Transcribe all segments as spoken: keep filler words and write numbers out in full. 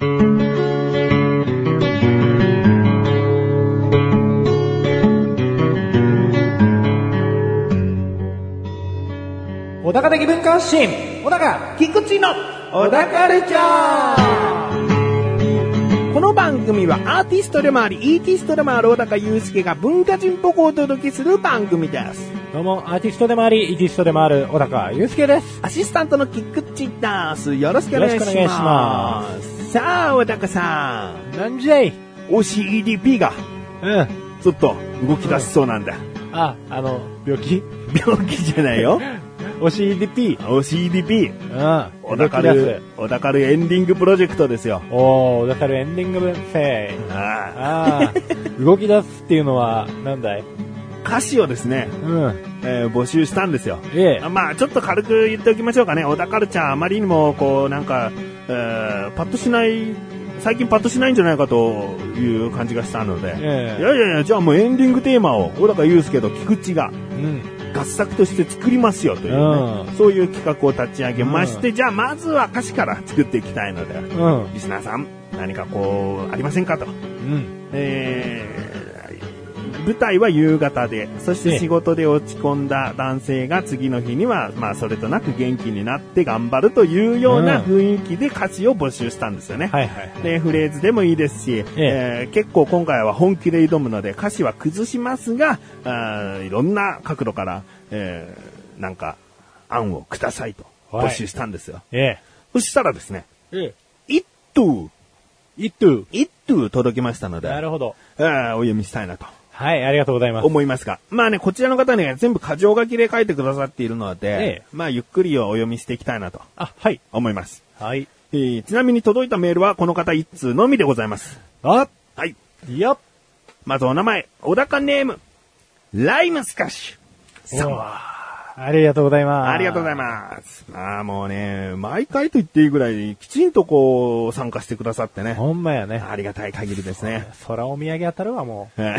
小高的文化発信、小高菊池の小高カルチャー。 この番組はアーティストでもありイーティストでもある小高祐介が文化人っぽくお届けする番組です。 どうもアーティストでもありイーティストでもある小高祐介です。 アシスタントの菊池です。よろしくお願いします。 よろしくお願いします。 さあ小高さん、 なんじゃいオーシーイーディーピー がうんちょっと動き出しそうなんだ、うん、 あ、あの病気病気じゃないよオーシーイーディーピーオーシーイーディーピー、 うん小高る小高るエンディングプロジェクトですよ。 おー、小高るエンディングフェイ。ああ動き出すっていうのはなんだい。 歌詞をですね、うんえー、募集したんですよ。 ええ、 まあちょっと軽く言っておきましょうかね。小田カルチャーあまりにもこうなんか、えー、パッとしない最近パッとしないんじゃないかという感じがしたので、ええ、いやいやいやじゃあもうエンディングテーマを小高祐介と菊池が、うん合作として作りますよという、ねうん、そういう企画を立ち上げまして、うん、じゃあまずは歌詞から作っていきたいので、うん、リスナーさん何かこうありませんかと、うんえー、舞台は夕方で、そして仕事で落ち込んだ男性が次の日には、まあそれとなく元気になって頑張るというような雰囲気で歌詞を募集したんですよね、うんはいはいはい、でフレーズでもいいですし、えええー、結構今回は本気で挑むので歌詞は崩しますが、あいろんな角度から、えー、なんか案をくださいと募集したんですよ、はいええ、そしたらですね、ええ、一通一通一通届きましたので、 なるほど、 えー、お読みしたいなとはい、ありがとうございます。 思いますが。まあね、こちらの方ね、全部箇条書きで書いてくださっているので、ええ、まあゆっくりお読みしていきたいなと。 あ、はい。 思います。 はい。 えー、ちなみに届いたメールはこの方一通のみでございます。 あはい。 いや。 まずお名前、小高ネーム、ライムスカッシュさん。 ありがとうございます。 ありがとうございます。ああ、もうね、毎回と言っていいぐらい、きちんとこう、参加してくださってね。 ほんまやね。 ありがたい限りですね。 そらお土産当たるわ、もう。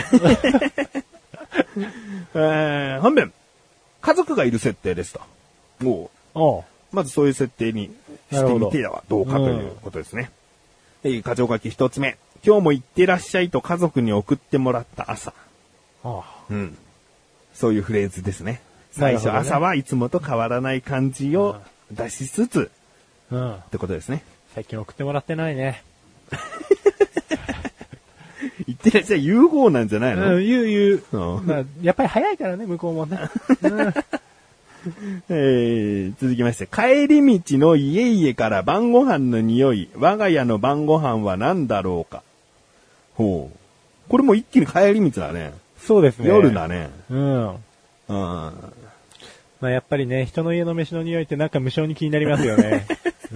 えー、本文。家族がいる設定ですと。もう、おうまずそういう設定にしてみてはどうかということですね。うん、箇条書き一つ目。今日も行ってらっしゃいと家族に送ってもらった朝。ああうん、そういうフレーズですね。最初、ね、朝はいつもと変わらない感じを出しつつ、うん、ってことですね。 最近送ってもらってないね。 言ってらっしゃい言う方なんじゃないの？ うん、言う言う。うん、まあ、やっぱり早いからね、向こうもね。うんえー、続きまして、帰り道の家々から晩ご飯の匂い、我が家の晩ご飯は何だろうか。ほう。これも一気に帰り道だね。 そうですね。 夜だね。 うん。うん。まあやっぱりね、人の家の飯の匂いってなんか無性に気になりますよね。うん。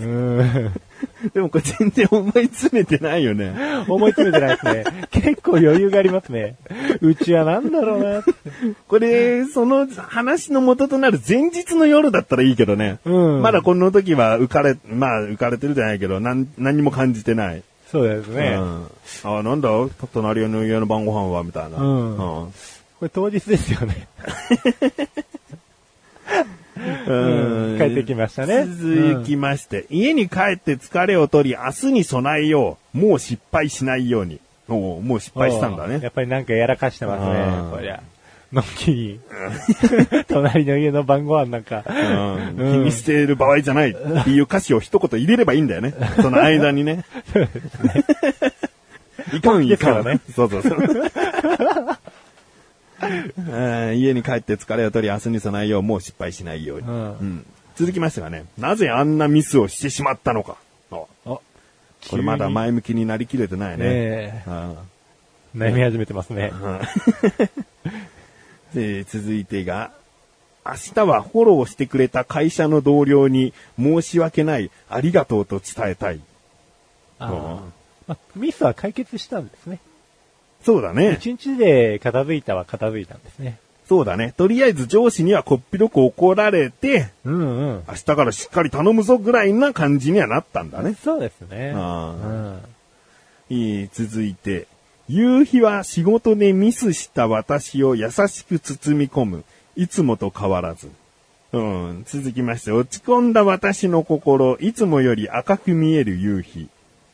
でもこれ全然思い詰めてないよね。 思い詰めてないですね。結構余裕がありますね。うちはなんだろうなって。 これ、その話の元となる前日の夜だったらいいけどね。うん。まだこの時は浮かれ、まあ浮かれてるじゃないけど、なん、何も感じてない。 そうですね。うん、あ、なんだ隣の家の晩ご飯はみたいな。うん。うん、 これ当日ですよね。うん、帰ってきましたね。 続きまして、うん、家に帰って疲れを取り、明日に備えよう。もう失敗しないように。おもう失敗したんだね。 やっぱりなんかやらかしてますね。こりゃ。のんきに。隣の家の晩ご飯なんか、 うん。気にしている場合じゃないっていう歌詞を一言入れればいいんだよね。その間にね。いかんいかんね。そうそうそう。家に帰って疲れを取り明日に備えよう、もう失敗しないように、うんうん、続きましてはね、なぜあんなミスをしてしまったのか。あこれまだ前向きになりきれてないね、えー、 悩み始めてますね、 で続いてが、明日はフォローしてくれた会社の同僚に申し訳ない、ありがとうと伝えたい。 あ、まあ、ミスは解決したんですね。 そうだね。 一日で片付いたは片付いたんですね。 そうだね。とりあえず上司にはこっぴどく怒られて、うんうん、明日からしっかり頼むぞぐらいな感じにはなったんだね。 そうですね。 あうん、いい続いて、夕日は仕事でミスした私を優しく包み込む。いつもと変わらず。うん、続きまして、落ち込んだ私の心、いつもより赤く見える夕日。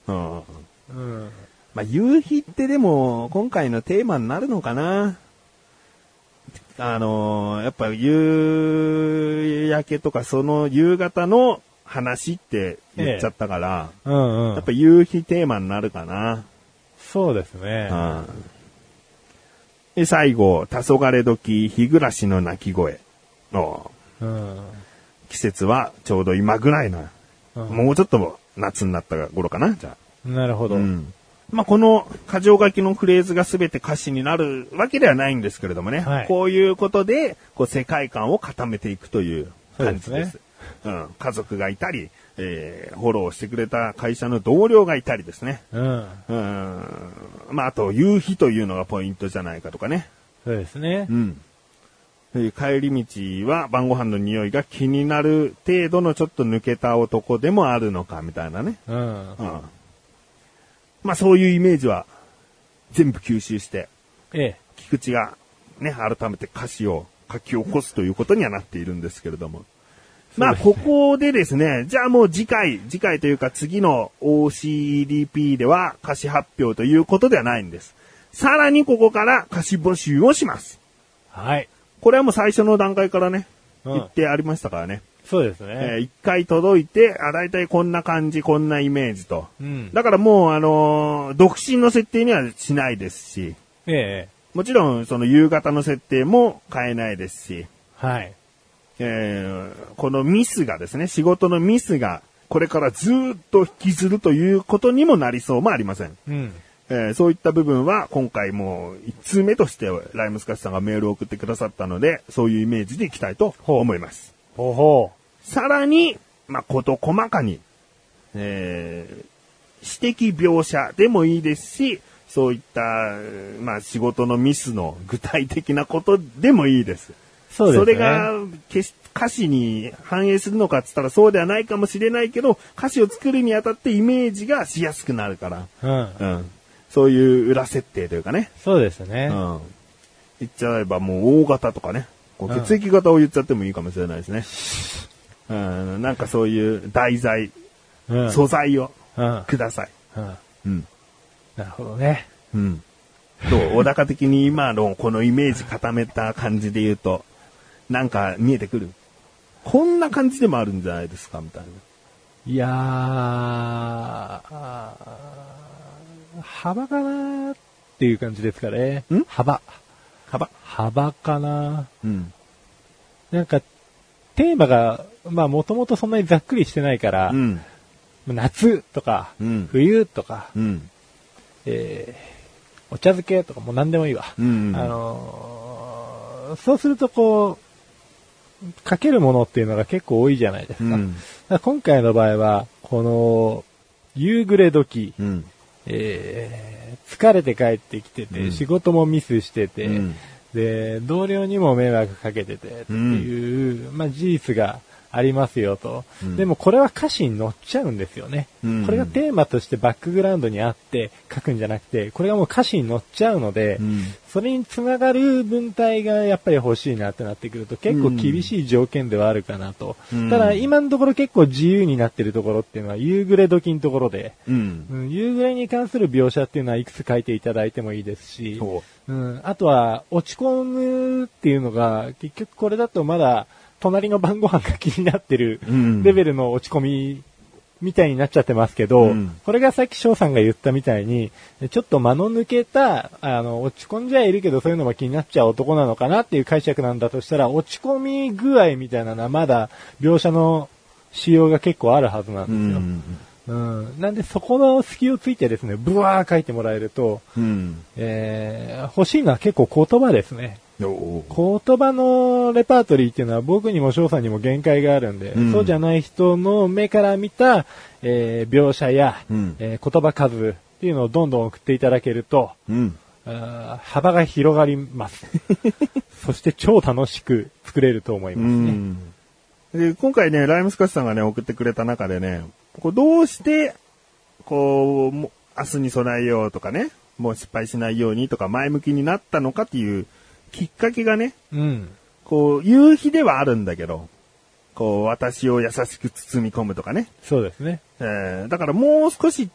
うん。 うん。 まあ、夕日ってでも、今回のテーマになるのかな。あのー、やっぱ夕焼けとかその夕方の話って言っちゃったから、 ええ、うんうん。 やっぱ夕日テーマになるかな。 そうですね。 うん、で、最後、黄昏時、日暮らしの鳴き声の、 うん、 季節はちょうど今ぐらいな、うん、もうちょっと夏になった頃かな、じゃあ。 なるほど。 うん、まあ、この箇条書きのフレーズが全て歌詞になるわけではないんですけれどもね。はい、こういうことで、こう世界観を固めていくという感じです。そうですね。うん、家族がいたり、えー、フォローしてくれた会社の同僚がいたりですね。うん。うん。まあ、あと、夕日というのがポイントじゃないかとかね。 そうですね。 うん。帰り道は晩ご飯の匂いが気になる程度のちょっと抜けた男でもあるのかみたいなね。うん。うん。まあ、そういうイメージは全部吸収して、ええ。菊池がね、改めて歌詞を書き起こすということにはなっているんですけれども。まあ、ここでですね、じゃあもう次回、次回というか次の オーシーディーピー では歌詞発表ということではないんです。さらにここから歌詞募集をします。 はい。 これはもう最初の段階からね、うん、言ってありましたからね。 そうですね。 えー、一回届いて、あ、だいたいこんな感じ、こんなイメージと。うん、だからもう、あのー、独身の設定にはしないですし、ええ、もちろんその夕方の設定も変えないですし、はい。えー、このミスがですね、仕事のミスがこれからずっと引きずるということにもなりそうもありません。うん、えー、そういった部分は今回もう一通目としてライムスカッシュさんがメールを送ってくださったので、そういうイメージでいきたいと思います。ほうほう。さらに、まあ、こと細かに、えー、私的描写でもいいですし、そういった、まあ、仕事のミスの具体的なことでもいいです。そうですね。それが歌詞に反映するのかって言ったらそうではないかもしれないけど、歌詞を作るにあたってイメージがしやすくなるから。うん。うん。そういう裏設定というかね。 そうですね。 うん。言っちゃえばもう大型とかね。こう血液型を言っちゃってもいいかもしれないですね。うん。なんかそういう題材、うん、素材をください。うん。うん。 なるほどね。 うん。どう小高的に今のこのイメージ固めた感じで言うと、なんか見えてくる。こんな感じでもあるんじゃないですかみたいな。 いやー、幅かなーっていう感じですかね。ん幅。 幅。 幅かな。うん。なんか、テーマが、まあもともとそんなにざっくりしてないから、うん、夏とか、うん、冬とか、うん、えー、お茶漬けとかもう何でもいいわ。うんうん、あのー、そうするとこう、かけるものっていうのが結構多いじゃないですか。うん、だ今回の場合は、この、夕暮れ時、うん、えー、疲れて帰ってきてて、うん、仕事もミスしてて、うん、で、同僚にも迷惑かけててっていう、うん、まあ事実がありますよと、うん。でもこれは歌詞に載っちゃうんですよね、うん。これがテーマとしてバックグラウンドにあって書くんじゃなくて、これがもう歌詞に載っちゃうので、うん、それにつながる文体がやっぱり欲しいなってなってくると結構厳しい条件ではあるかなと。うん、ただ今のところ結構自由になってるところっていうのは夕暮れ時のところで、うんうん、夕暮れに関する描写っていうのはいくつ書いていただいてもいいですし、うん、あとは落ち込むっていうのが結局これだとまだ隣の晩ご飯が気になってるレベルの落ち込みみたいになっちゃってますけど、うん、これがさっき翔さんが言ったみたいに、ちょっと間の抜けた、あの、落ち込んじゃいるけどそういうのも気になっちゃう男なのかなっていう解釈なんだとしたら、落ち込み具合みたいなのはまだ描写の仕様が結構あるはずなんですよ。うんうん、なんでそこの隙をついてですね、ブワー書いてもらえると、うんえー、欲しいのは結構言葉ですね。言葉のレパートリーっていうのは僕にも翔さんにも限界があるんで、うん、そうじゃない人の目から見た、えー、描写や、うんえー、言葉数っていうのをどんどん送っていただけると、うん、あ幅が広がります。そして超楽しく作れると思いますね。 うん、で今回ね、ライムスカッシュさんがね、送ってくれた中でね、こうどうして、こう、明日に備えようとかね、もう失敗しないようにとか前向きになったのかっていうきっかけがね、うん、こう、夕日ではあるんだけど、こう、私を優しく包み込むとかね。 そうですね。 えー、だからもう少し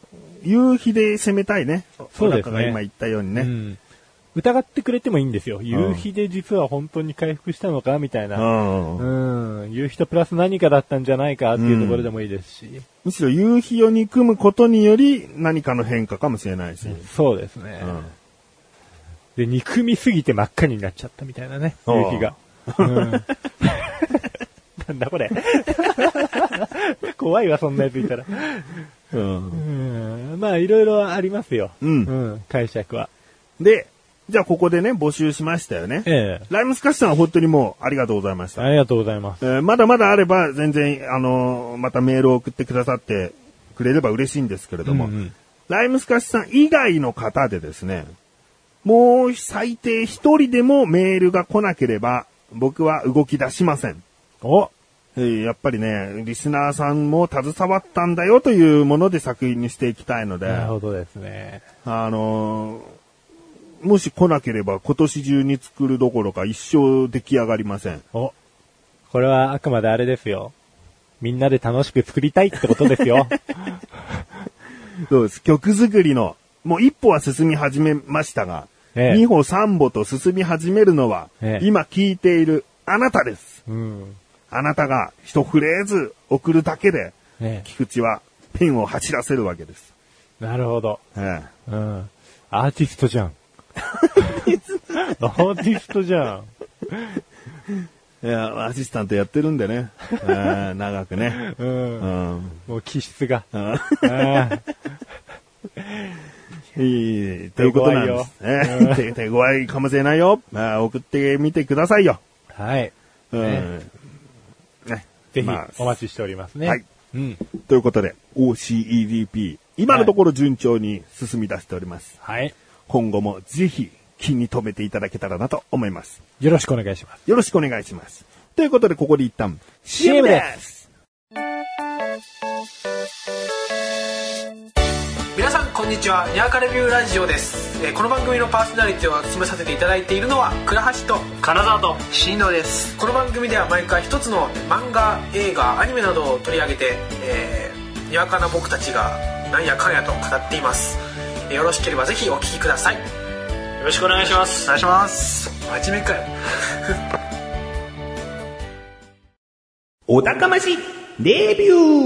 夕日で攻めたいね。 そうですね。 が今言ったようにね、うん。 疑ってくれてもいいんですよ。夕日で実は本当に回復したのかみたいな。うん。うん。夕日とプラス何かだったんじゃないかっていうところでもいいですし。うん、 むしろ夕日を憎むことにより何かの変化かもしれないし。うん、 そうですね。うん、で、憎みすぎて真っ赤になっちゃったみたいなね。夕日が。うん、なんだこれ。怖いわ、そんなやついたら。うん、うん、まあ、いろいろありますよ。うん。うん、解釈は。 で、じゃあここでね、募集しましたよね。ええ。ライムスカッシュさんは本当にもうありがとうございました。 ありがとうございます。 えー、まだまだあれば全然、あのー、またメールを送ってくださってくれれば嬉しいんですけれども、うんうん、ライムスカッシュさん以外の方でですね、もう最低一人でもメールが来なければ僕は動き出しません。おえー、やっぱりね、リスナーさんも携わったんだよというもので作品にしていきたいので。 なるほどですね。 あのー、もし来なければ今年中に作るどころか一生出来上がりません。 お、これはあくまであれですよ。みんなで楽しく作りたいってことですよ。 そうです。曲作りの、もう一歩は進み始めましたが、ええ、二歩三歩と進み始めるのは、ええ、今聞いているあなたです。うん、あなたが一フレーズ送るだけで、ええ、菊池はペンを走らせるわけです。 なるほど。ええ、うん、アーティストじゃん。アーティストじゃん。 いや、アシスタントやってるんでね。長くね。うん。 うん、もう気質が。 いい、ということなんです。ね、手, 手強いかもしれないよ。送ってみてくださいよ。 はい。うんね、ねぜひお待ちしておりますね。はい。 うん、ということで、オーシーイーディーピー、今のところ順調に進み出しております。はい。今後もぜひ気に留めていただけたらなと思います。 よろしくお願いします。 よろしくお願いします。ということで、ここで一旦 シーエム です。 皆さんこんにちは、にわかレビューラジオです。えー、この番組のパーソナリティを務めさせていただいているのは倉橋と金沢と新野です。この番組では毎回一つの漫画、映画、アニメなどを取り上げて、えー、にわかな僕たちがなんやかんやと語っています。よろしければぜひお聞きください。よろしくお願いします。 お願いします。真面目かよ。 お高ましレビュ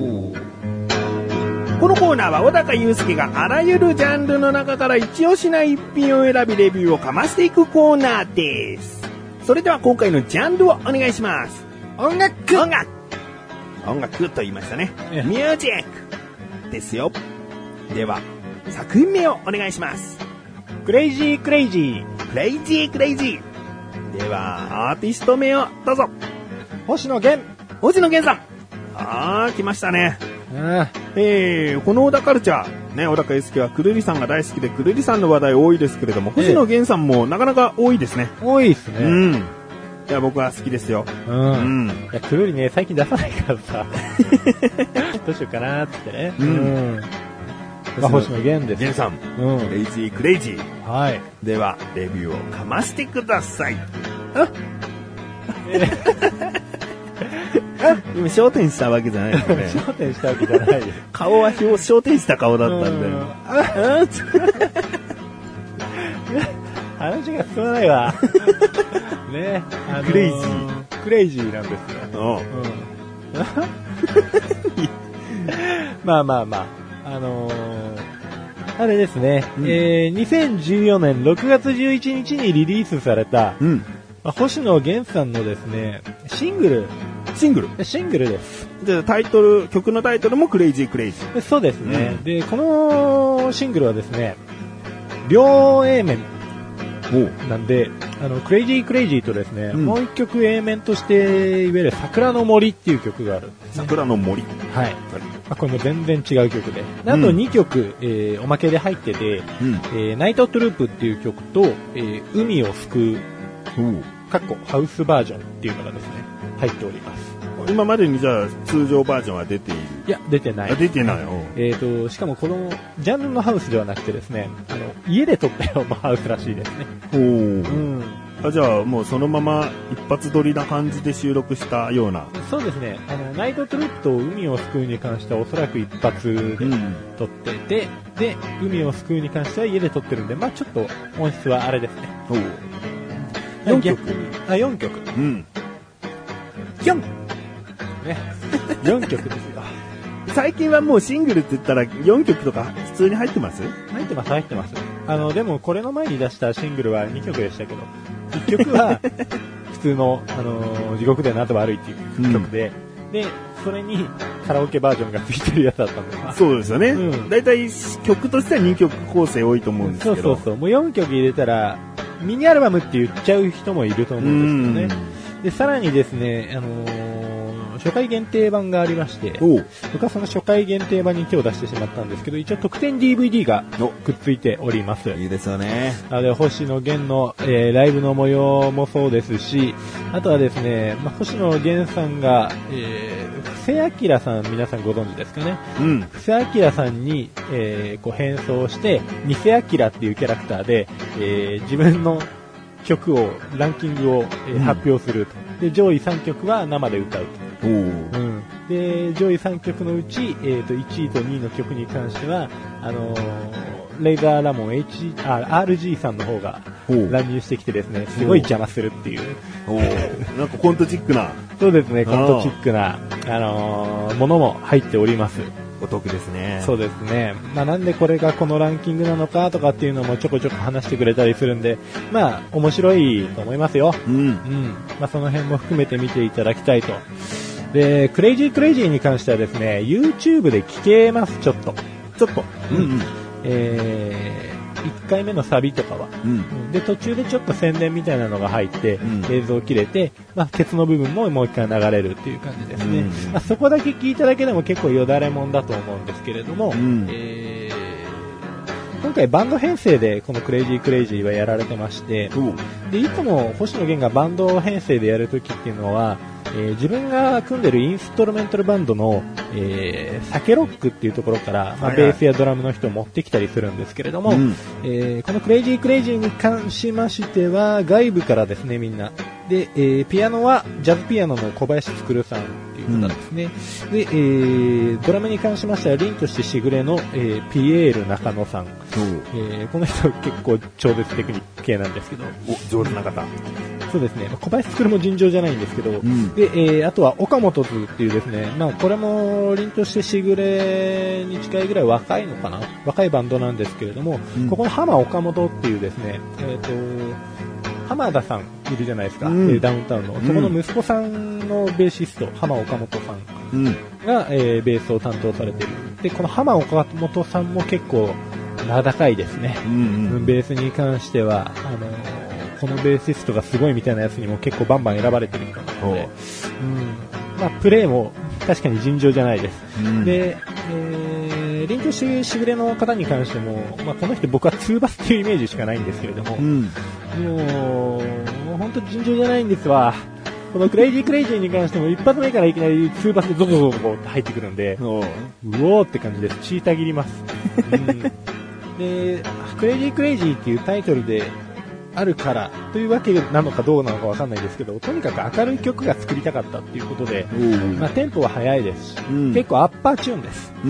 ー。このコーナーは小高祐介があらゆるジャンルの中から一押しな一品を選びレビューをかましていくコーナーです。それでは今回のジャンルをお願いします。 音楽音楽音楽と言いましたね。ミュージックですよ。では作品名をお願いします。 クレイジークレイジークレイジークレイジー。ではアーティスト名をどうぞ。 星野源星野源さん。あー来ましたね。あえー、この小田カルチャーね、小高祐介はくるりさんが大好きでくるりさんの話題多いですけれども、星野源さんもなかなか多いですね。 多いですね。うん。 いや僕は好きですよ。 うん。うん、いやくるりね最近出さないからさ。どうしようかなーってね。うん。うんまあ、星野源です。 源さん、うん、クレイジークレイジー。はい。ではレビューをかましてください。あ、えー、今焦点したわけじゃないですね。 焦点したわけじゃない。 顔は焦点した顔だったんで。 話が進まないわ。ね、あのー、 クレイジークレイジーなんですよ。うん、まあまあまあ。あのー、あれですね、うん、えー、にせんじゅうよねんろくがつじゅういちにちにリリースされた、うんまあ、星野源さんのですね、シングル。 シングルシングルです。 で、タイトル、曲のタイトルもクレイジークレイジー。 そうですね、うん。で、このシングルはですね、両 A 面なんで、あの、クレイジークレイジーとですね、うん、もう一曲 A 面として、いわゆる桜の森っていう曲があるんです、ね。 桜の森はい。まあ、これも全然違う曲で。あとにきょく、えー、おまけで入ってて、うんえー、ナイトトゥループっていう曲と、えー、海を救う、かっこハウスバージョンっていうのがですね、入っております。 今までにじゃあ通常バージョンは出ている？ いや、出てない。 出てない。 えっと、しかもこの、ジャンルのハウスではなくてですね、あの、家で撮ったようなハウスらしいですね。おー。うん。 あ、じゃあもうそのまま一発撮りな感じで収録したような。 そうですね。あの、ナイトトリップと海を救うに関してはおそらく一発で撮ってて、うん、で、海を救うに関しては家で撮ってるんで、まあちょっと音質はあれですね。 およんきょく。 あ、よんきょく。 うん。 よん! ね。よんきょくですよ。 最近はもうシングルって言ったらよんきょくとか普通に入ってます？ 入ってます、入ってます。あの、でもこれの前に出したシングルはにきょくでしたけど、いっきょくは普通の、あのー、地獄でなど悪いっていう曲で、うん、で、それにカラオケバージョンがついてるやつだったんです。 そうですよね。うん、だいたい曲としてはにきょく構成多いと思うんですけど。 そうそうそう。もうよんきょく入れたら、ミニアルバムって言っちゃう人もいると思うんですよね。で、さらにですね、あのー、初回限定版がありまして、僕はその初回限定版に手を出してしまったんですけど、一応特典 ディーブイディー がくっついております。 いいですよね。 なので、星野源の、えー、ライブの模様もそうですし、あとはですね、まあ、星野源さんが、えー、布施明さん、皆さんご存知ですかね。 うん。 布施明さんに、えー、こう変装して、偽明っていうキャラクターで、えー、自分の曲を、ランキングを、えー、発表すると。で、上位さんきょくは生で歌うと。 おうん、 で、上位さんきょくのうち、えー、といちいとにいの曲に関しては、あのー、レイザーラモン H、あ、アールジー さんの方が乱入してきてですね、すごい邪魔するっていう。 おなんかコントチックな。 そうですね、コントチックな、あのー、ものも入っております。 お得ですね。 そうですね。まあなんでこれがこのランキングなのかとかっていうのもちょこちょこ話してくれたりするんで、まあ面白いと思いますよ。 うん。うん。 まあその辺も含めて見ていただきたいと。で、クレイジークレイジーに関してはですね、YouTube で聴けます、ちょっと。 ちょっと。 うんうん。えー、いっかいめのサビとかは。 うん。 で、途中でちょっと宣伝みたいなのが入って、うん、映像切れて、まあ、ケツの部分ももう一回流れるっていう感じですね。うん、まあ、そこだけ聞いただけでも結構よだれもんだと思うんですけれども、うん、えー、今回バンド編成でこのクレイジークレイジーはやられてまして、で、いつも星野源がバンド編成でやるときっていうのは、えー、自分が組んでるインストルメンタルバンドの、えー、サケロックっていうところから、まあ、ベースやドラムの人を持ってきたりするんですけれども、うん、えー、このクレイジークレイジーに関しましては外部からですね、みんなで、えー、ピアノはジャズピアノの小林創さんっていう方ですね、うん、で、えー、ドラムに関しましては凛としてしぐれの、えー、ピエール中野さん、えー、この人結構超絶テクニック系なんですけど、 お上手な方。 そうですね。小林創も尋常じゃないんですけど、うん、で、えー、あとは岡本図っていうですね、まあこれも凛としてしぐれに近いぐらい若いのかな、若いバンドなんですけれども、うん、ここの浜岡本っていうですね、えっと、浜田さんいるじゃないですか、うん、ダウンタウンの、そこの息子さんのベーシスト、浜岡本さんが、えー、ベースを担当されている。で、この浜岡本さんも結構名高いですね。うんうん、ベースに関しては、あのーこのベーシストがすごいみたいなやつにも結構バンバン選ばれてる人なので、うん、まあプレーも確かに尋常じゃないです。うん、で、えー、凛としてしぐれの方に関しても、まあこの人僕はツーバスっていうイメージしかないんですけれども、うん、もう本当尋常じゃないんですわ。このクレイジークレイジーに関しても一発目からいきなりツーバスでゾゾゾゾって入ってくるんで、うおーって感じです。チータ切ります。うん、で、クレイジークレイジーっていうタイトルであるからというわけなのかどうなのかわかんないですけど、とにかく明るい曲が作りたかったっていうことで、まあ、テンポは速いですし、うん、結構アッパーチューンです、うんうん、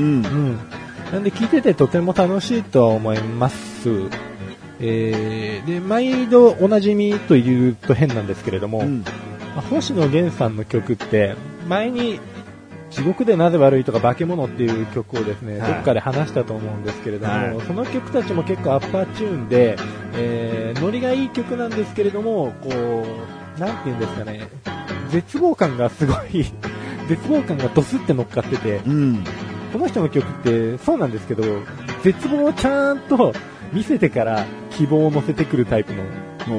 なんで聴いててとても楽しいとは思います。えー、で毎度おなじみというと変なんですけれども、うんまあ、星野源さんの曲って前に地獄でなぜ悪いとか化け物っていう曲をですね、はい、どっかで話したと思うんですけれども、はい、その曲たちも結構アッパーチューンで、えー、ノリがいい曲なんですけれども、こう、なんていうんですかね、絶望感がすごい、絶望感がドスって乗っかってて、うん、この人の曲ってそうなんですけど、絶望をちゃんと見せてから希望を乗せてくるタイプの、うん、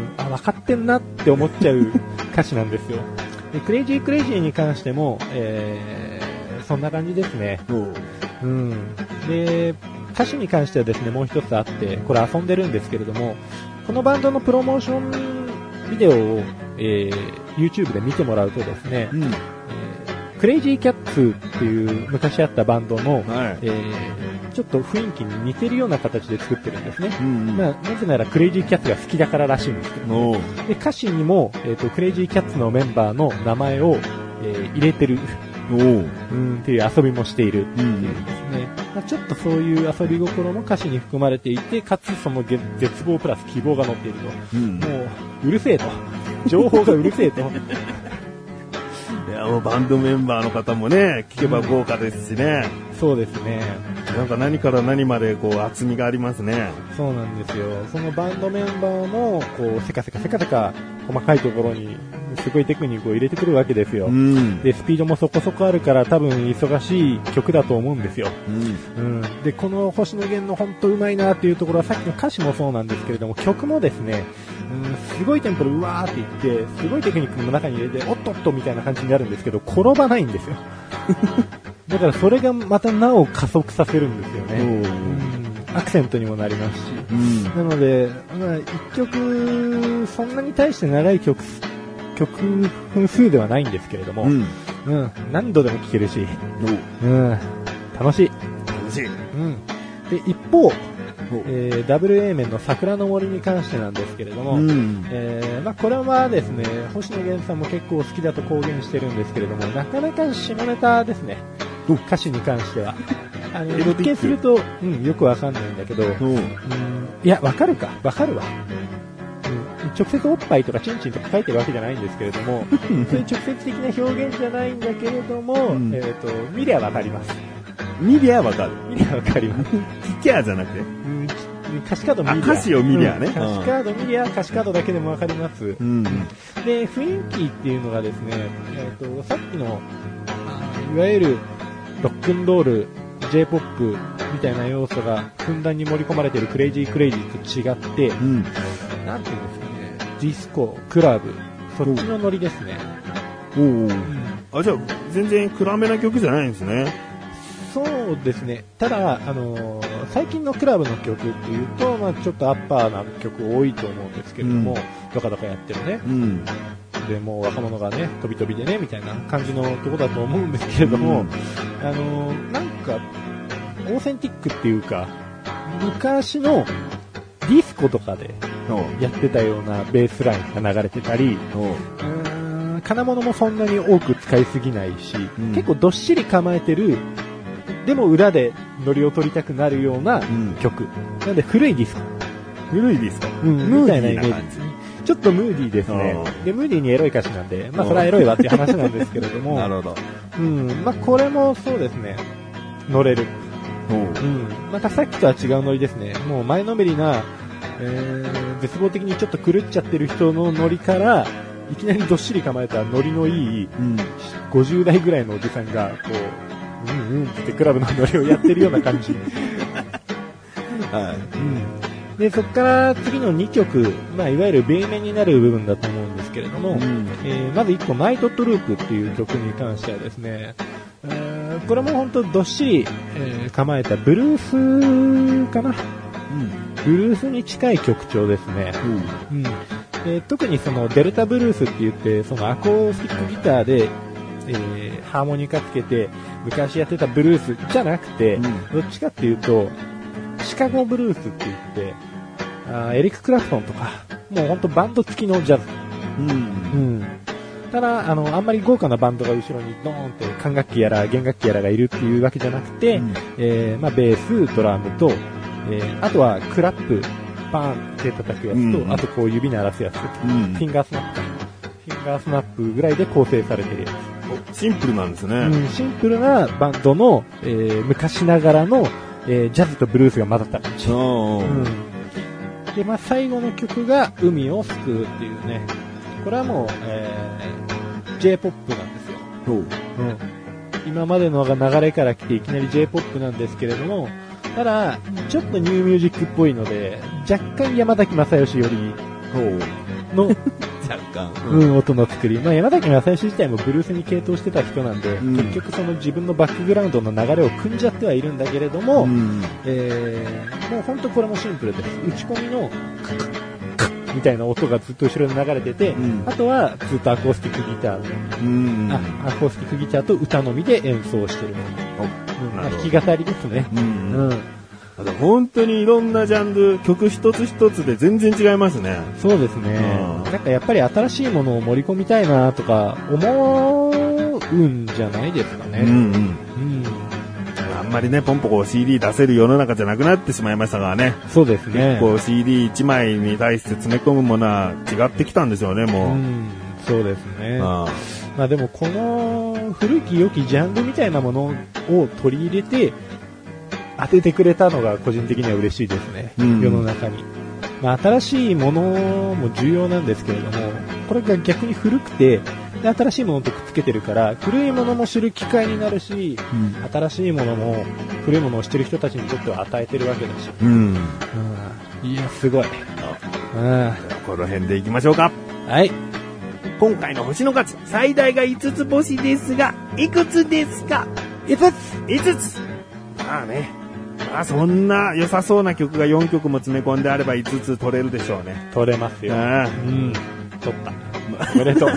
あ、分かってんなって思っちゃう歌詞なんですよ。でクレイジークレイジーに関しても、えー、そんな感じですね。うん。で、歌詞に関してはですね、もう一つあって、これ遊んでるんですけれども、このバンドのプロモーションビデオを、えー、YouTube で見てもらうとですね、うんえー、クレイジーキャッツっていう昔あったバンドの、はいえー、 ちょっと雰囲気に似てるような形で作ってるんですね。うんうん、まあ、なぜならクレイジーキャッツが好きだかららしいんですけど、ね、で歌詞にも、えーと、クレイジーキャッツのメンバーの名前を、えー、入れてるおうんっていう遊びもしているっていうんですね。まあ、ちょっとそういう遊び心も歌詞に含まれていて、かつその絶望プラス希望が乗っていると、うん、もううるせえと、情報がうるせえと。 いやもうバンドメンバーの方もね、聞けば豪華ですしね。 うん、そうですね。 なんか何から何までこう厚みがありますね。 そうなんですよ。そのバンドメンバーもこうせかせかせかせか細かいところにすごいテクニックを入れてくるわけですよ。うん、でスピードもそこそこあるから多分忙しい曲だと思うんですよ。うんうん、でこの星野源の本当うまいなっていうところはさっきの歌詞もそうなんですけれども、曲もですね、うん、すごいテンポでうわーっていってすごいテクニックの中に入れておっとっとみたいな感じになるんですけど、転ばないんですよ。だからそれがまたなお加速させるんですよね。うん、アクセントにもなりますし、うん、なので、まあ、一曲そんなに対して長い曲曲分数ではないんですけれども、うんうん、何度でも聴けるし、うん、楽しい楽しい、うん、 で一方、えー、ダブル A 面の桜の森に関してなんですけれども、うんえーまあ、これはですね、星野源さんも結構好きだと公言してるんですけれども、なかなか下ネタですね、歌詞に関しては。あの一見すると、うん、よくわかんないんだけど、うん、いや、わかるか、わかるわ。うん、直接おっぱいとかチンチンとか書いてるわけじゃないんですけれども、そういう直接的な表現じゃないんだけれども、うん、えっと、見りゃわかります。 見りゃわかる。 見りゃわかります。 聞きゃじゃなくて、うん、 歌詞カード見りゃ。 歌詞を見りゃね。 うん、歌詞カード見りゃ、歌詞カードだけでもわかります。うん、で、雰囲気っていうのがですね、えっと、さっきの、いわゆるロックンロール、J-ポップ みたいな要素がふんだんに盛り込まれているクレイジークレイジーと違って、うん、なんていうんですかね、ディスコ、クラブ、そっちのノリですね。 おお、うん、あ、じゃあ全然暗めな曲じゃないんですね。 そうですね。ただ、あのー、最近のクラブの曲っていうと、まあ、ちょっとアッパーな曲多いと思うんですけれども、うん、ドカドカやってるね。うんでもう若者がね飛び飛びでねみたいな感じのとこだと思うんですけれども、うん、あのー、なんかオーセンティックっていうか昔のディスコとかでやってたようなベースラインが流れてたり、うーん金物もそんなに多く使いすぎないし、うん、結構どっしり構えてるでも裏でノリを取りたくなるような曲、うん、なので古いディスコ古いディスコ、 うん、みたいなイメージちょっとムーディーですね。で、ムーディーにエロい歌詞なんで、まあそれはエロいわっていう話なんですけれども。 なるほど。 うん、まあこれもそうですね。乗れる。うん。またさっきとは違うノリですね。もう前のめりな、えー、絶望的にちょっと狂っちゃってる人のノリから、いきなりどっしり構えたノリのいい、うん、ごじゅう代ぐらいのおじさんが、こう、うんうんってクラブのノリをやってるような感じ。はい。うんでそこから次のにきょく、まあ、いわゆる B 面になる部分だと思うんですけれども、うんえー、まずいっこナイトトループっていう曲に関してはですね、えー、これも本当どっしり、えー、構えたブルースかな、うん、ブルースに近い曲調ですね、うんうんで特にそのデルタブルースって言ってそのアコースティックギターで、えー、ハーモニカつけて昔やってたブルースじゃなくて、うん、どっちかっていうとシカゴブルースって言ってあエリック・クラプトンとかもうほんとバンド付きのジャズ、うんうん、ただあのあんまり豪華なバンドが後ろにドーンって管楽器やら弦楽器やらがいるっていうわけじゃなくて、うんえーまあ、ベースドラムと、えー、あとはクラップパーンって叩くやつと、うん、あとこう指鳴らすやつ、うん、フィンガースナップフィンガースナップぐらいで構成されてるやつシンプルなんですね、うん、シンプルなバンドの、えー、昔ながらのえー、ジャズとブルースが混ざった感じ、うん、で、まあ、最後の曲が海を救うっていうねこれはもう、えー、J-ポップ なんですよ、うん、今までのが流れから来ていきなり J-ポップ なんですけれどもただちょっとニューミュージックっぽいので若干山崎正義よりの若干、 うんうん、音の作り、まあ、山崎正義自体もブルースに傾倒してた人なんで、うん、結局その自分のバックグラウンドの流れを組んじゃってはいるんだけれども、うん、えー、もう本当これもシンプルです。打ち込みのカッカッみたいな音がずっと後ろに流れてて、うん、あとはずっとアコースティックギター、うん、あアコースティックギターと歌のみで演奏してるもの、うん、 ど。 弾き語りですね。うん。うん本当にいろんなジャンル、曲一つ一つで全然違いますね。 そうですね。うん、なんかやっぱり新しいものを盛り込みたいなとか思うんじゃないですかね。うんうん。うん、 あんまりね、ポンポコ シーディー 出せる世の中じゃなくなってしまいましたからね。 そうですね。 結構 シーディーいち 枚に対して詰め込むものは違ってきたんでしょうね、もう。うん、 そうですね。あまあでもこの古き良きジャンルみたいなものを取り入れて、当ててくれたのが個人的には嬉しいですね、うん、世の中に、まあ、新しいものも重要なんですけれどもこれが逆に古くてで新しいものとくっつけてるから古いものも知る機会になるし、うん、新しいものも古いものを知ってる人たちにとっては与えてるわけだし、うんうん、いやすごい、 うん、この辺でいきましょうか。 はい。 今回の星の数最大がいつつ星ですがいくつですか？ いつついつつまあねまあそんな良さそうな曲がよんきょくも詰め込んであればいつつ取れるでしょうね。 取れますよ。うん。取った。おめでとう。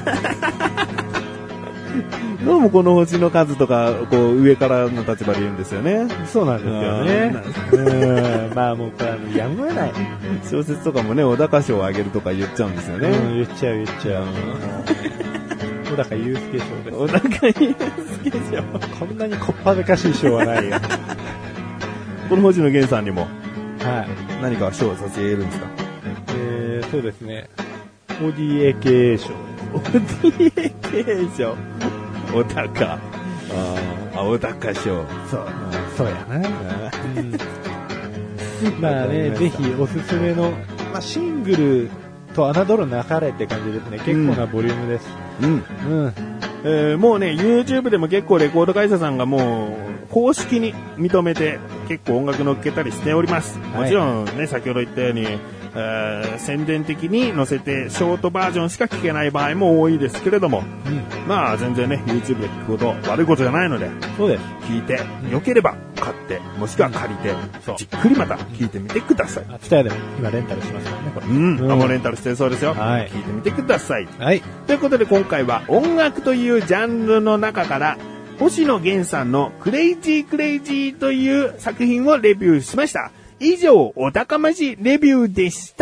どうもこの星の数とかこう上からの立場で言うんですよね。 そうなんですよね。うん。まあもうこれはやむを得ない。 小説とかもね小高賞をあげるとか言っちゃうんですよね。 うん、言っちゃう言っちゃう。小高祐介賞です。 小高祐介賞。 こんなにこっぱずかしい賞はないよ。 この星野源さんにも、 はい、 何か賞を差し上げるんですか？ えー、そうですね。オーディーエーケー 賞。 オーディーエーケー 賞。小高。ああ、小高賞。 そう、そうやな。うん、まあね、ぜひおすすめの、まあ、シングルと侮るなかれって感じですね。結構なボリュームです。 うん。うん。えー、もうね、YouTube でも結構レコード会社さんがもう公式に認めて結構音楽乗っけたりしております。もちろんね、はい、先ほど言ったように、えー、宣伝的に載せてショートバージョンしか聴けない場合も多いですけれども、うん、まあ全然ね YouTube で聴くこと悪いことじゃないので、 そうです。 聴いて良ければ買ってもしくは借りて、うん、じっくりまた聴いてみてください。 ツタヤでも今レンタルしますからねこれ。 うん、うん、もうレンタルしてるそうですよ。はい、聴いてみてください。 はい。 ということで今回は音楽というジャンルの中から星野源さんのクレイジークレイジーという作品をレビューしました。以上、お高ましレビューでした。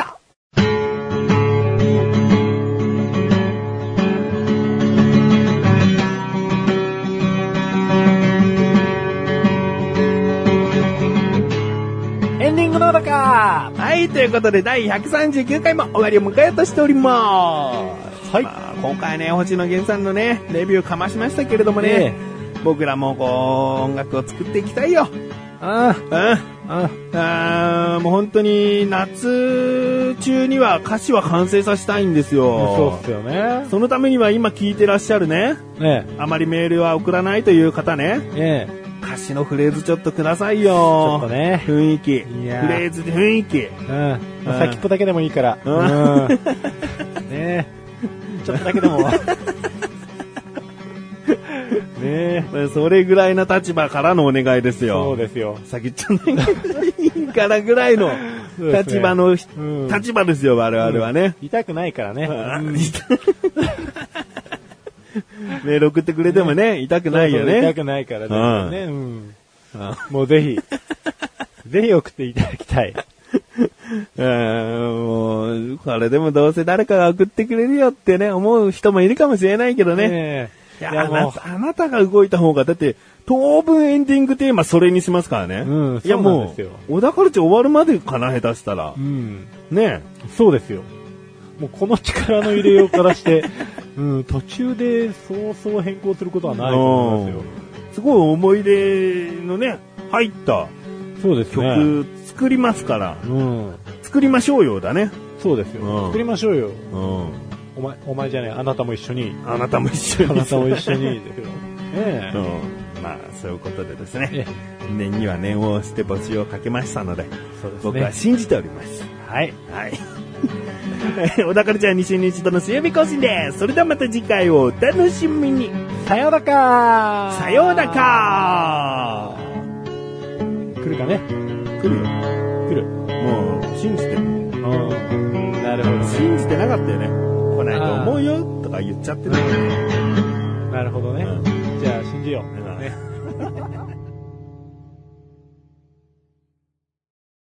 エンディングのだかはい、ということでだいひゃくさんじゅうきゅうかいも終わりを迎えようとしております。はい。まあ、今回ね、星野源さんのね、レビューかましましたけれどもね、えー、僕らもこう、音楽を作っていきたいよ。 ああ、 ああ、もう本当に夏中には歌詞は完成させたいんですよ。 そうっすよね。 そのためには今聴いてらっしゃるね、 ねあまりメールは送らないという方ね、 ね歌詞のフレーズちょっとくださいよ。ちょっとね。 雰囲気。フレーズで雰囲気。 うん。まあ、先っぽだけでもいいから。うん。ねちょっとだけでも。 ねえ、それぐらいな立場からのお願いですよ。 そうですよ。 先っちょないからぐらいの立場の、ねうん、立場ですよ、我々はね。 うん、痛くないからね。うん、 メール送ってくれてもね、痛くないよね。 そうそう痛くないからね。うん、もうぜひ、ぜひ送っていただきたい。 もう、これでもどうせ誰かが送ってくれるよってね、思う人もいるかもしれないけどね。ねいや、いやあなた、あなたが動いた方が、だって、当分エンディングテーマそれにしますからね。 うん、 いやもう、小田カルチャー終わるまでかな、下手したら。 うん。 ねそうですよ。もうこの力の入れようからして、うん、途中でそうそう変更することはないと思いますよ。 すごい思い出のね、入った、 そうですね。 曲作りますから。 うん。 作りましょうよだね。 そうですよ。うん、作りましょうよ。 うん。 お前、お前じゃねえ、あなたも一緒に。 あなたも一緒に。 あなたも一緒に。だけど。ええ。 うん。まあ、そういうことでですね。年には念をして募集をかけましたので、 そうですね、 僕は信じております。 はい。 はい。小田カルチャーに週に一度の水曜日更新です。それではまた次回をお楽しみに。 さようならさようなら来るかね来るよ。 来る。 もう、信じてる。うん。 なるほど、ね。 信じてなかったよね。来ないと思うよとか言っちゃってる。 なるほどね。うん、じゃあ信じよう。ね